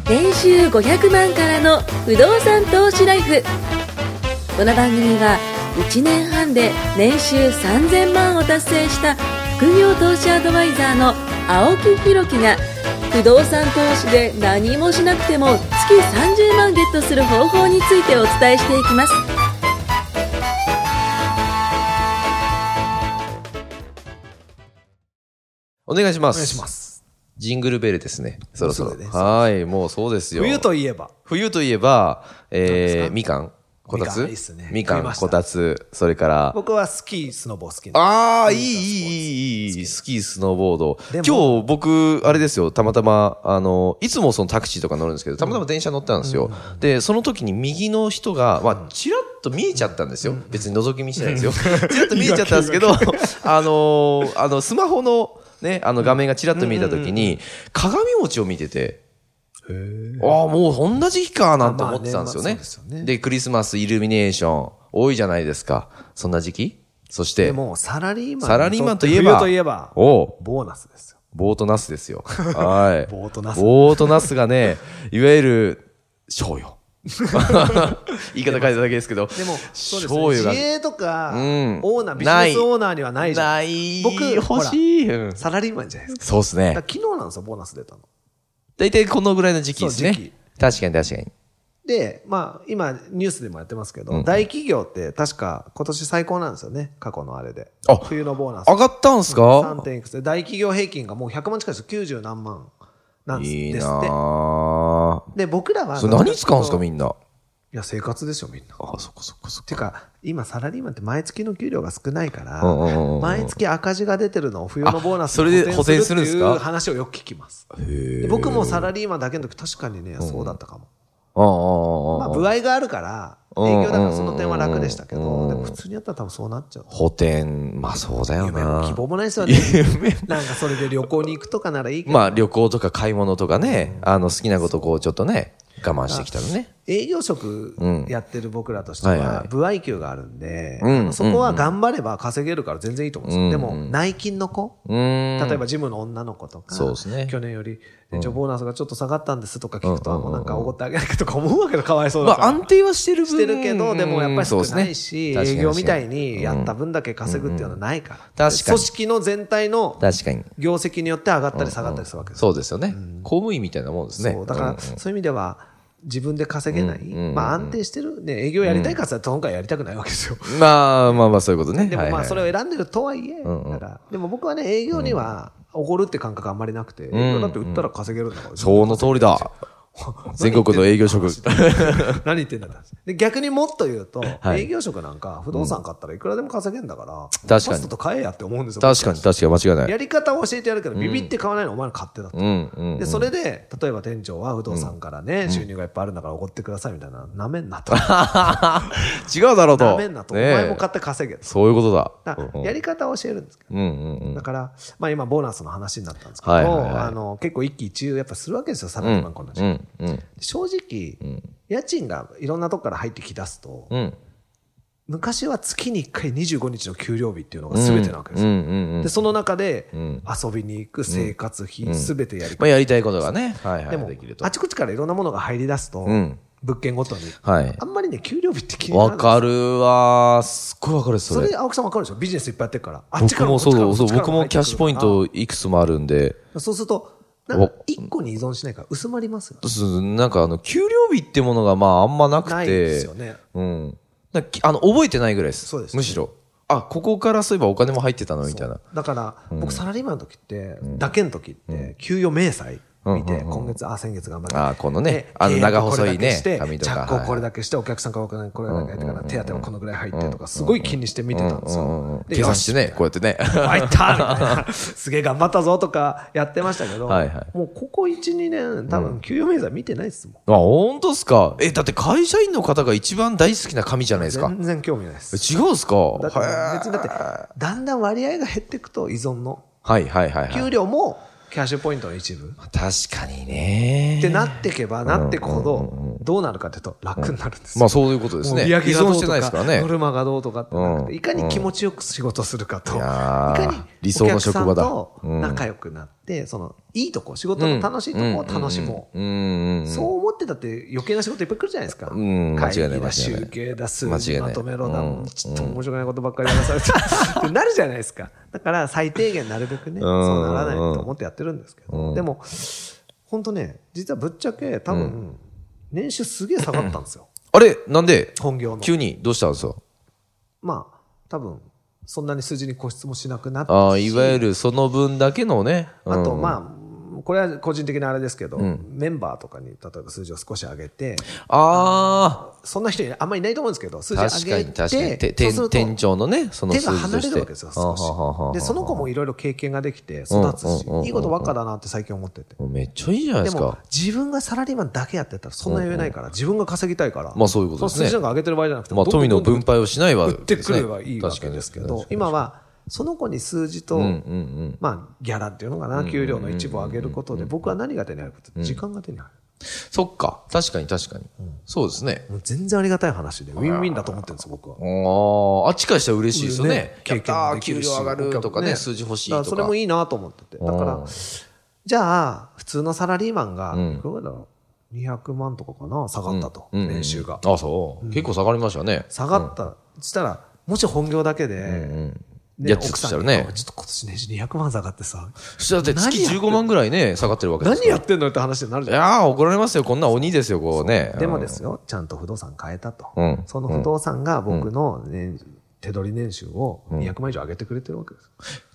年収500万からの不動産投資ライフ。この番組は1年半で年収3000万を達成した副業投資アドバイザーの青木弘樹が、不動産投資で何もしなくても月30万ゲットする方法についてお伝えしていきます。 お願いします。 お願いします。 ジングルベルですね。そろそろ。 そうですはい、もうそうですよ。 冬といえば。 みかん、こたつ。 みかんいいっすねみかん、こたつ、それから。 僕はスキー、スノボ好きな。 ああ、いい。スキー、スノーボード。今日僕、あれですよ、たまたま、いつもそのタクシーとか乗るんですけど、たまたま電車乗ったんですよ。で、その時に右の人が、まあ、チラッと見えちゃったんですよ。別に覗き見してないですよ。チラッと見えちゃったんですけど、スマホの、ね、画面がチラッと見えたときに、鏡餅を見てて、ああ、もうそんな時期かなんて思ってたんですよね。で、クリスマスイルミネーション、多いじゃないですか。そんな時期。そして、 でも、サラリーマンといえば、 冬といえば、ボーナスですよ。 ボートナスですよ。はい。 ボートナス。 ボートナスがね、いわゆる、賞与。言い方変えただけですけど。 でも、そうですね。自営とか、ビジネスオーナーにはないじゃん。 ない。 僕、 欲しい。 サラリーマンじゃないですか。 そうですね。 昨日なんですよ、ボーナス出たの。 大体このぐらいの時期ですね。確かに。 で、まあ、今、ニュースでもやってますけど、大企業って確か今年最高なんですよね。過去のあれで。冬のボーナス。 上がったんすか ?3. いくつで。大企業平均がもう100万近いです。90何万なんですって。 いいなで、僕らは。 それ何使うんすかみんな。 いや、生活ですよ、みんな。 そっか。 てか、今、サラリーマンって毎月の給料が少ないから、毎月赤字が出てるのを冬のボーナスで補填するっていう話をよく聞きます。で僕もサラリーマンだけの時確かにね、そうだったかも。まあ、歩合があるから、営業だからその点は楽でしたけど、でも普通にやったら多分そうなっちゃう。 補填、まあそうだよな。 夢も希望もないですよね。なんかそれで旅行に行くとかならいいけど。 まあ旅行とか買い物とかね、好きなことこうちょっとね、我慢してきたらね。 営業職やってる僕らとしては、歩合給があるんで、そこは頑張れば稼げるから全然いいと思うんですよ。でも、内勤の子、例えばジムの女の子とか、去年より、ボーナスがちょっと下がったんですとか聞くと、もうなんかおごってあげなきゃとか思うわけど、かわいそうだから。 まあ安定はしてるけど、でもやっぱり少ないし、営業みたいにやった分だけ稼ぐっていうのはないから。 確かに。 組織の全体の業績によって上がったり下がったりするわけです。 そうですよね。公務員みたいなもんですね。 そう、だからそういう意味では、自分で稼げない、まあ安定してる、ね、営業やりたいかって言ったら今回やりたくないわけですよ。 まあそういうことね。 でもまあそれを選んでるとはいえ、だからでも僕はね、営業にはおごるって感覚あんまりなくて、営業だって売ったら稼げるんだから。 その通りだ。全国の営業職。 何言ってんだで逆にもっと言うと、営業職なんか不動産買ったらいくらでも稼げんだから、 確かに。 さっさと買えやって思うんですよ。 確かに間違いない。 やり方を教えてやるけど、ビビって買わないのお前の勝手だと。で、それで、例えば店長は不動産からね、収入がいっぱいあるんだからおごってくださいみたいな、なめんなと。 違うだろうと。 なめんなと。お前も買って稼げ。 そういうことだ。 やり方を教えるんですけど。だから、まあ今ボーナスの話になったんですけど、結構一喜一憂やっぱするわけですよ、サラリーマンこんな正直、家賃がいろんなとこから入ってきだすと、昔は月に1回25日の給料日っていうのが全てなわけですよ。で、その中で遊びに行く生活費全てやりまあやりたいことがね。 でも、あちこちからいろんなものが入り出すと、物件ごとに。あんまりね、給料日って気にならない。 わかるわ。すっごいわかるそれ青木さんわかるでしょビジネスいっぱいやってるから。 僕もそう、僕もキャッシュポイントいくつもあるんで。 そうすると、なんか一個に依存しないから薄まりますよ。 なんか給料日ってものがまああんまなくて。 ないですよね。 覚えてないぐらいです。 そうです。 むしろ。ここからそういえばお金も入ってたのみたいな。 だから、僕サラリーマンの時って、だけの時って、給与明細見て、今月、先月頑張って。 このね、長細いね、 紙とか。着工これだけして、お客さんからこれだけ入ってから、手当はこのぐらい入ってとか、すごい気にして見てたんですよ。 計算してね、こうやってね。 入ったみたいな。すげえ頑張ったぞとかやってましたけど、もうここ1、2年、多分給与明細見てないですもん。 本当っすかだって会社員の方が一番大好きな紙じゃないですか。 全然興味ないです。 違うんすか別にだって、だんだん割合が減っていくと依存の。 給料も、 キャッシュポイントの一部。 確かにね。 ってなっていけば、なっていくほど、どうなるかというと楽になるんですよ。 まあそういうことですね。依存してないですからね。 ノルマがどうとかってなくて、いかに気持ちよく仕事するかと、いかに理想の職場だ。 お客さんと仲良くなって、いいとこ、仕事の楽しいとこを楽しもう。そう思ってたって余計な仕事いっぱい来るじゃないですか。会議だ、集計だ、数字まとめろだ、ちょっと面白くないことばっかりやらされてってなるじゃないですか。だから最低限なるべくね、そうならないと思ってやってるんですけど。でも、本当ね、実はぶっちゃけ多分、年収すげえ下がったんですよ。 あれなんで本業の。 急にどうしたんですか？ まあ、多分、そんなに数字に固執もしなくなったし。 いわゆるその分だけのね。 あと、まあ、これは個人的なあれですけど、メンバーとかに例えば数字を少し上げて、そんな人あんまりいないと思うんですけど、数字上げて、 確かに店長のね、その数字として手が離れるわけですよ、少し。で、その子もいろいろ経験ができて育つし、いいことばっかだなって最近思ってて。 めっちゃいいじゃないですか。 でも、自分がサラリーマンだけやってたらそんな言えないから、自分が稼ぎたいから。 まあそういうことですね。 その数字なんか上げてる場合じゃなくて、 まあ富の分配をしないわけですね。売ってくればいいわけですけど、今は、その子に数字と、まあ、ギャラっていうのかな、給料の一部を上げることで、僕は何が手に入るかって、時間が手に入る。 そっか。確かに確かに。そうですね。 全然ありがたい話で、ウィンウィンだと思ってるんですよ、僕は。 あっちからしたら嬉しいですよね。やったー、給料上がるとかね、数字欲しいとか。 それもいいなと思ってて。だから、じゃあ、普通のサラリーマンが、いくらだ200万とかかな、下がったと、年収が。 あ、そう。結構下がりましたね。 下がった。そしたら、もし本業だけで、 奥さんにね。 ちょっと今年年収200万下がってさ。 そしたら月15万ぐらいね、下がってるわけです何やってんのって話になるじゃん。 いやー、怒られますよ。こんな鬼ですよ、こうね。 でもですよ、ちゃんと不動産変えたと。その不動産が僕の手取り年収を200万以上上げてくれてるわけです。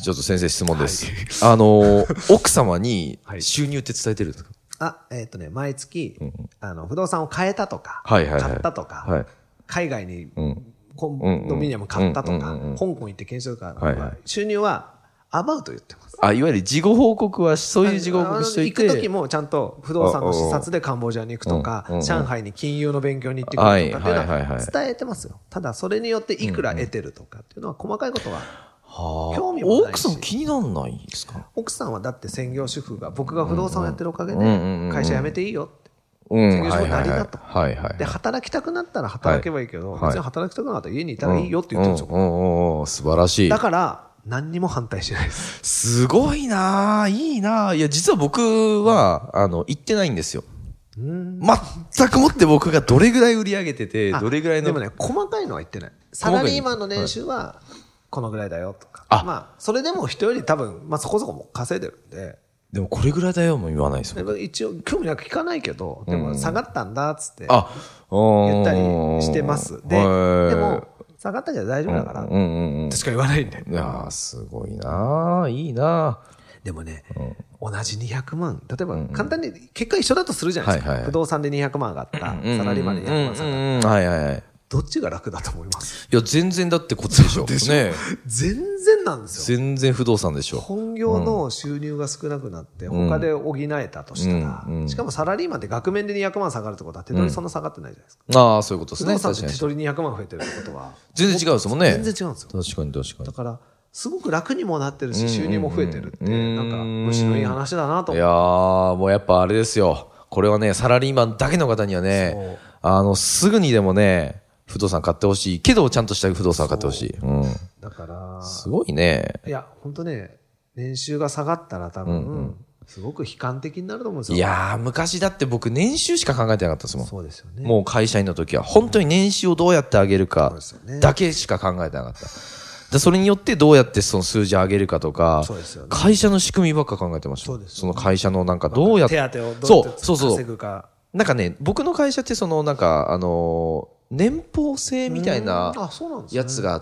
ちょっと先生質問です。奥様に収入って伝えてるんですか？ 毎月、不動産を変えたとか、買ったとか、海外に、コンドミニアム買ったとか、香港行って研修とか、収入はアバウト言ってます。 いわゆる事後報告は、そういう事後報告しといて。 行くときもちゃんと不動産の視察でカンボジアに行くとか、上海に金融の勉強に行ってくるとかっていうのは伝えてますよ。ただそれによっていくら得てるとかっていうのは細かいことは興味もないし。 奥さん気にならないですか？ 奥さんはだって専業主婦が僕が不動産をやってるおかげで会社辞めていいよって。専業主婦になりだと。で、働きたくなったら働けばいいけど、別に働きたくなかったら家にいたらいいよって言ってるんですよ。 素晴らしい。 だから、何にも反対しないです。 すごいなぁ、いいなぁ。いや、実は僕は、行ってないんですよ。全くもって僕がどれぐらい売り上げてて、どれぐらいの。 でもね、細かいのは言ってない。サラリーマンの年収は、このぐらいだよとか。まあ、それでも人より多分、まあそこそこも稼いでるんで。 でもこれぐらいだよも言わないですよ。 一応、興味なく聞かないけど、でも下がったんだっつって、言ったりしてます。でも、下がったじゃ大丈夫だから、としか言わないんで。 いやー、すごいなー、いいなー。でもね、同じ200万、例えば簡単に結果一緒だとするじゃないですか。不動産で200万上がった、サラリーマンで200万下がった。どっちが楽だと思います？ いや、全然だってこっちでしょ。ね。 全然なんですよ。全然不動産でしょ。 本業の収入が少なくなって、他で補えたとしたら、しかもサラリーマンって額面で200万下がるってことは手取りそんな下がってないじゃないですか。 ああ、そういうことですね。 不動産って手取り200万増えてるってことは。 全然違うんですもんね。 全然違うんですよ。 確かに確かに。 だから、すごく楽にもなってるし、収入も増えてるって、なんか、虫のいい話だなと思って。 いやー、もうやっぱあれですよ。これはね、サラリーマンだけの方にはね、すぐにでもね、不動産買ってほしいけどちゃんとした不動産買ってほしい。 だからすごいね。 いや本当ね、年収が下がったら多分、すごく悲観的になると思うんですよ。 いやー、昔だって僕年収しか考えてなかったですもん。 そうですよね。 もう会社員の時は本当に年収をどうやって上げるかだけしか考えてなかった。それによってどうやってその数字上げるかとか、会社の仕組みばっか考えてました。その会社のなんかどうやって手当をどうやって稼ぐか。 なんかね、僕の会社ってそのなんか年俸制みたいなやつがあって、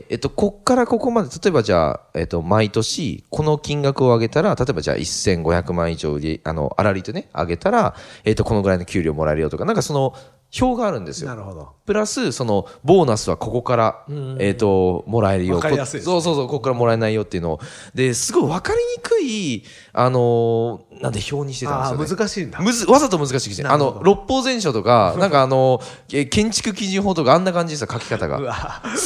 こっからここまで、例えばじゃあ、毎年、この金額を上げたら、例えばじゃあ1500万以上粗利とね、上げたら、このぐらいの給料もらえるよとか、なんかその、表があるんですよ。 なるほど。 プラス、その、ボーナスはここから、もらえるよ。 わかりやすいですね。 そう、ここからもらえないよっていうのを。で、すごいわかりにくい、なんで表にしてたんですよね。 難しいんだ。 わざと難しくして。六法全書とか、なんか建築基準法とかあんな感じですよ、書き方が。すっご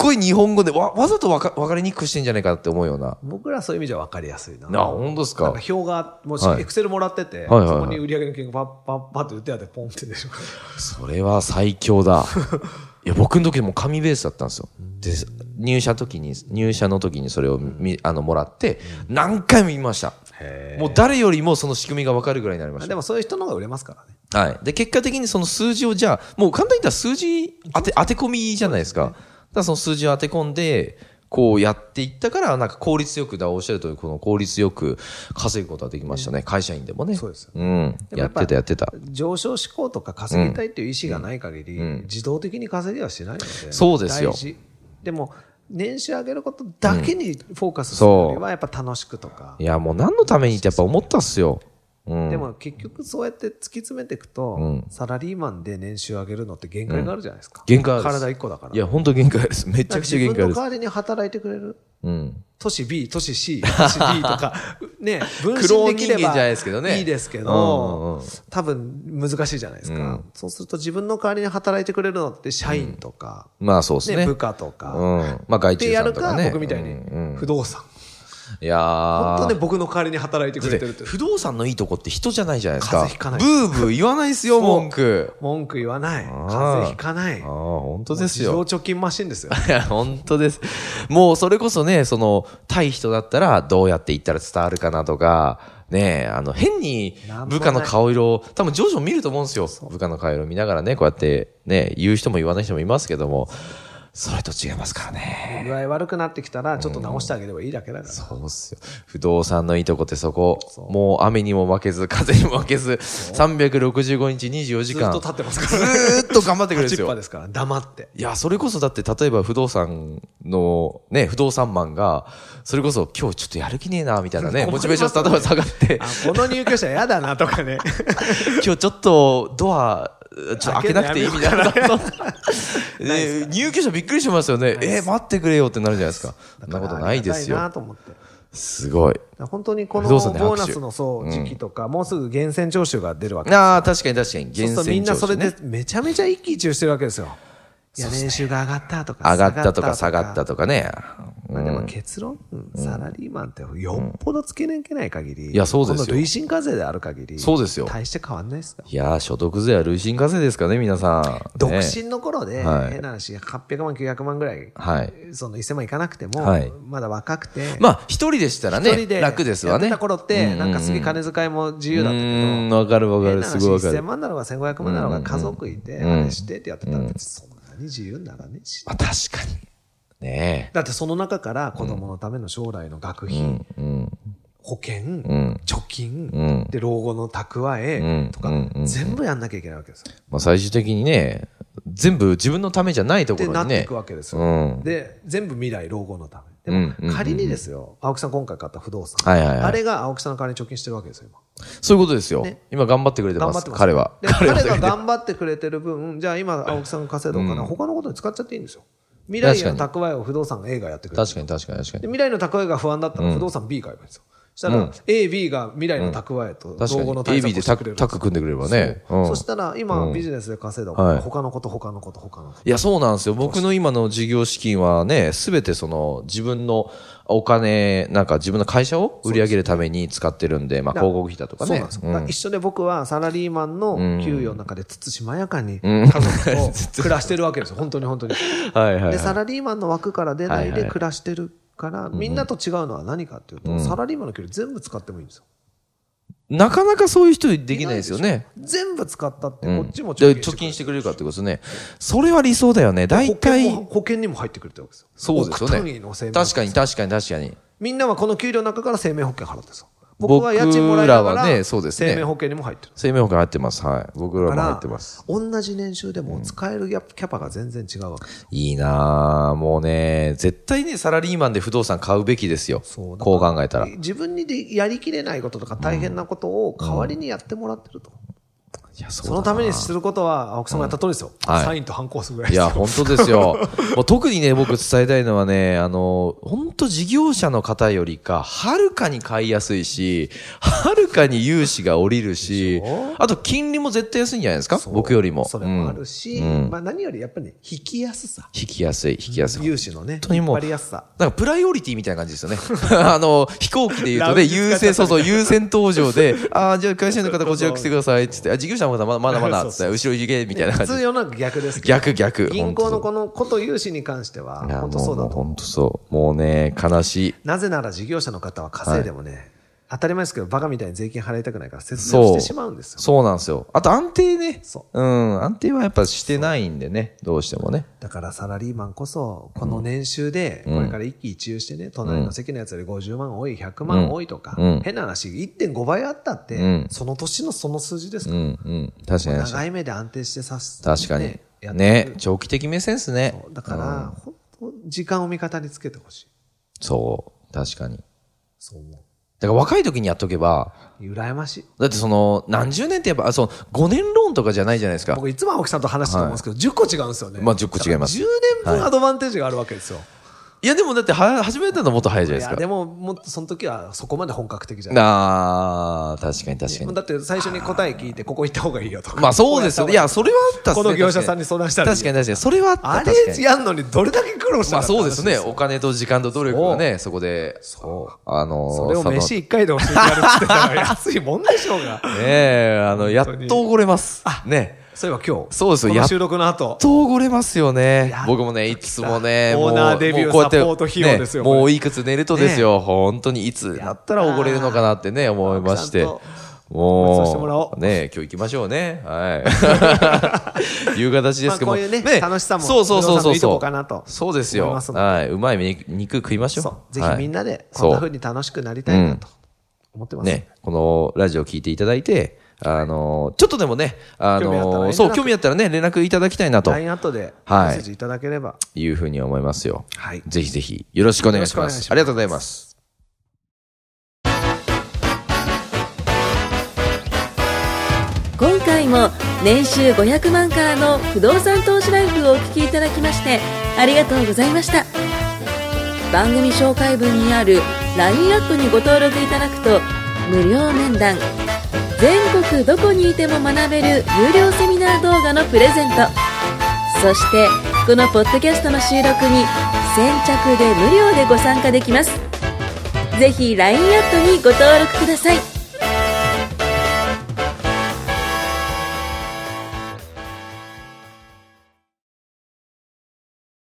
ごい日本語でわざとわかりにくくしてんじゃないかって思うような。 僕らそういう意味じゃわかりやすいな。 本当ですか。 なんか表が、もしエクセルもらってて、そこに売り上げの金額パッって打ってあってポンって出る。 それは最強だ。いや、僕の時も紙ベースだったんですよ。で、入社の時にそれをもらって、何回も見ました。もう誰よりもその仕組みが分かるぐらいになりました。 でもそういう人の方が売れますからね。はい。で、結果的にその数字をもう簡単に言ったら数字当て込みじゃないですか。だからその数字を当て込んで、こうやっていったから、なんか効率よくおっしゃるとおり、この効率よく稼ぐことができましたね。会社員でもね。 そうです。 やってた。 上昇志向とか稼ぎたいっていう意思がない限り、自動的に稼ぎはしないので。 そうですよ。 でも、年収上げることだけにフォーカスするよりはやっぱ楽しくとか。 いや、もう何のためにってやっぱ思ったっすよ。 でも結局そうやって突き詰めていくと、サラリーマンで年収上げるのって限界があるじゃないですか。 限界ある。 体一個だから。 いや、本当限界です。めちゃくちゃ限界です。 自分の代わりに働いてくれる。都市 B、都市 C、都市 D とか、ね、分身できればいいですけど、多分難しいじゃないですか。そうすると自分の代わりに働いてくれるのって社員とか、 まあそうですね。 部下とか、 まあ外注さんとかね。 僕みたいに不動産。 いやー。 本当ね、僕の代わりに働いてくれてるって。 不動産のいいとこって人じゃないじゃないですか。 風邪ひかない。 ブーブー言わないですよ、文句。 文句言わない。風邪ひかない。 本当ですよ。 自動貯金マシンですよ。 いや、本当です。もうそれこそね、対人だったらどうやって言ったら伝わるかなとか、ね変に部下の顔色、多分上司も見ると思うんですよ。部下の顔色見ながらね、こうやってね、言う人も言わない人もいますけども。それと違いますからね。 具合悪くなってきたら、ちょっと直してあげればいいだけだから。 そうっすよ。不動産のいいとこってそこ。もう雨にも負けず、風にも負けず、365日24時間。 ずっと立ってますからね。 ずーっと頑張ってくれるんですよ。 立ちっぱですから、黙って。 いや、それこそだって、例えば不動産の、ね、不動産マンが、それこそ今日ちょっとやる気ねえな、みたいなね、モチベーション例えば下がって。 この入居者やだな、とかね。 今日ちょっとドア、ちょっと開けなくていいみたいな。入居者びっくりしますよね。待ってくれよってなるじゃないですか。そんなことないですよ。すごい。 本当にこのボーナスの時期とか、もうすぐ源泉徴収が出るわけですよ。 確かに確かに。 源泉徴収。みんなそれでめちゃめちゃ一喜一憂してるわけですよ。いや、年収が上がったとか、 上がったとか下がったとかね。 まあでも結論、サラリーマンってよっぽど付け抜けない限り、 いや、そうですよ。 累進課税である限り、 そうですよ。 大して変わんないですよ。 いや、所得税は累進課税ですかね、皆さん。 独身の頃で、変な話、800万、900万ぐらい、その1000万いかなくても、まだ若くて。 まあ、一人でしたらね、楽ですわね。 やった頃って、なんかすげえ金遣いも自由だったけど、 わかるわかる、すごいわかる。 1000万だろうが1500万だろうが家族いて、あれしてってやってたら、そんなに自由ならねえし。 確かに。ねえ。 だってその中から子供のための将来の学費、保険、貯金、で老後の蓄えとか、全部やんなきゃいけないわけですよ。 まあ最終的にね、全部自分のためじゃないところにね。 なっていくわけですよ。で、全部未来、老後のため。でも仮にですよ、青木さん今回買った不動産。あれが青木さんの代わりに貯金してるわけですよ、今。 そういうことですよ。今頑張ってくれてます。彼は。 彼が頑張ってくれてる分、じゃあ今青木さんが稼いどうかな、他のことに使っちゃっていいんですよ。未来の蓄えを不動産 A がやってくれる。 確かに確かに確かに。 未来の蓄えが不安だったら不動産 B 買えばいいんですよ。したら A、B が未来の蓄えと老後の対策をしてくれる。 タッグ組んでくれればね。 そしたら今ビジネスで稼いだ他のこと。 いや、そうなんですよ。僕の今の事業資金はね、すべてその自分のお金、なんか自分の会社を売り上げるために使ってるんで、まあ広告費だとかね。そうなんですよ。一緒で僕はサラリーマンの給与の中でつつしまやかに家族と暮らしてるわけですよ。本当に本当に。で、サラリーマンの枠から出ないで暮らしてるから、みんなと違うのは何かっていうと、サラリーマンの給料全部使ってもいいんですよ。 なかなかそういう人できないですよね。 全部使ったってこっちも貯金してくれるかってことですね。それは理想だよね。大体。 保険にも入ってくれてるわけですよ。 そうですよね。確かに確かに確かに。 みんなはこの給料の中から生命保険払ってるんですよ。僕は家賃もらいながら生命保険にも入ってる。 生命保険入ってます。はい。僕らも入ってます。 同じ年収でも使えるキャパが全然違うわけです。 いいなぁ。もうね、絶対ね、サラリーマンで不動産買うべきですよ。こう考えたら。 自分にやりきれないこととか大変なことを代わりにやってもらってると。 いそのためにすることは、青木さんがやった通りですよ。サインとハンコ押すぐらいですよ。 いや、本当ですよ。もう特にね、僕伝えたいのはね、本当事業者の方よりか、はるかに買いやすいし、はるかに融資が下りるし、あと金利も絶対安いんじゃないですか、僕よりも。 それもあるし、まあ何よりやっぱりね、引きやすさ。 引きやすい。 融資のね、 本当にもう、 引っ張りやすさ。 なんかプライオリティみたいな感じですよね。飛行機で言うとね、優先搭乗で、じゃあ会社の方こちら来てくださいって言って、事業者の方まだって、後ろ行けみたいな感じ。 普通世の中逆ですけど。 逆。 銀行のこのこと融資に関しては、本当そうだと思う。 本当そう。もうね、悲しい。 なぜなら事業者の方は稼いでもね、当たり前ですけど、バカみたいに税金払いたくないから節税をしてしまうんですよ。 そうなんですよ。あと安定ね。安定はやっぱしてないんでね、どうしてもね。 だからサラリーマンこそ、この年収で、これから一喜一憂してね、隣の席のやつより50万多い、100万多いとか、変な話、1.5 倍あったって、その年のその数字ですから。 確かに。 長い目で安定してさす。 確かに。ね、長期的目線ですね。 だから、本当時間を味方につけてほしい。 そう、確かに。 そう思う。 だから若い時にやっとけば。 羨ましい。 だって何十年ってやっぱ、5年ローンとかじゃないじゃないですか。 僕いつも青木さんと話してると思うんですけど、10個違うんですよね。 まあ10個違います。 10年分アドバンテージがあるわけですよ。 いやでもだって始めたのもっと早いじゃないですか。 いやでももっとその時はそこまで本格的じゃない。 確かに。 だって最初に答え聞いてここ行った方がいいよとか。 まあそうですよ。いやそれはあったっすね。 この業者さんに相談したら。 確かに。それはあった。 あれやんのにどれだけ苦労したか。 まあそうですね。お金と時間と努力がね、そこで。 そう。それを飯1回で教えてやるって言ったら安いもんでしょうが。 ねえ、やっとおごれます。ね。 そういえば今日。 そうですよ。 この収録の後。 やっとおごれますよね。僕もね、いつもね、 オーナーデビューサポート費用ですよ。 もういくつ寝るとですよ。本当にいつなったらおごれるのかなってね、思いまして。もう、ね、今日行きましょうね。はい。いう形ですけども。 こういうね、楽しさも。 そう。 いいとこかなと。 そうですよ。はい。うまい肉食いましょう。 ぜひみんなで、こんな風に楽しくなりたいなと思ってます。 ね、このラジオ聞いていただいて、ちょっとでもね、興味あったらね、連絡いただきたいなと。 LINE 後でメッセージいただければ。 いうふうに思いますよ。 はい。 ぜひぜひ、よろしくお願いします。ありがとうございます。 今回も年収500万からの不動産投資ライフをお聞きいただきましてありがとうございました。番組紹介文にある LINE アップにご登録いただくと無料面談、全国どこにいても学べる有料セミナー動画のプレゼント、そしてこのポッドキャストの収録に先着で無料でご参加できます。ぜひ LINE アットにご登録ください。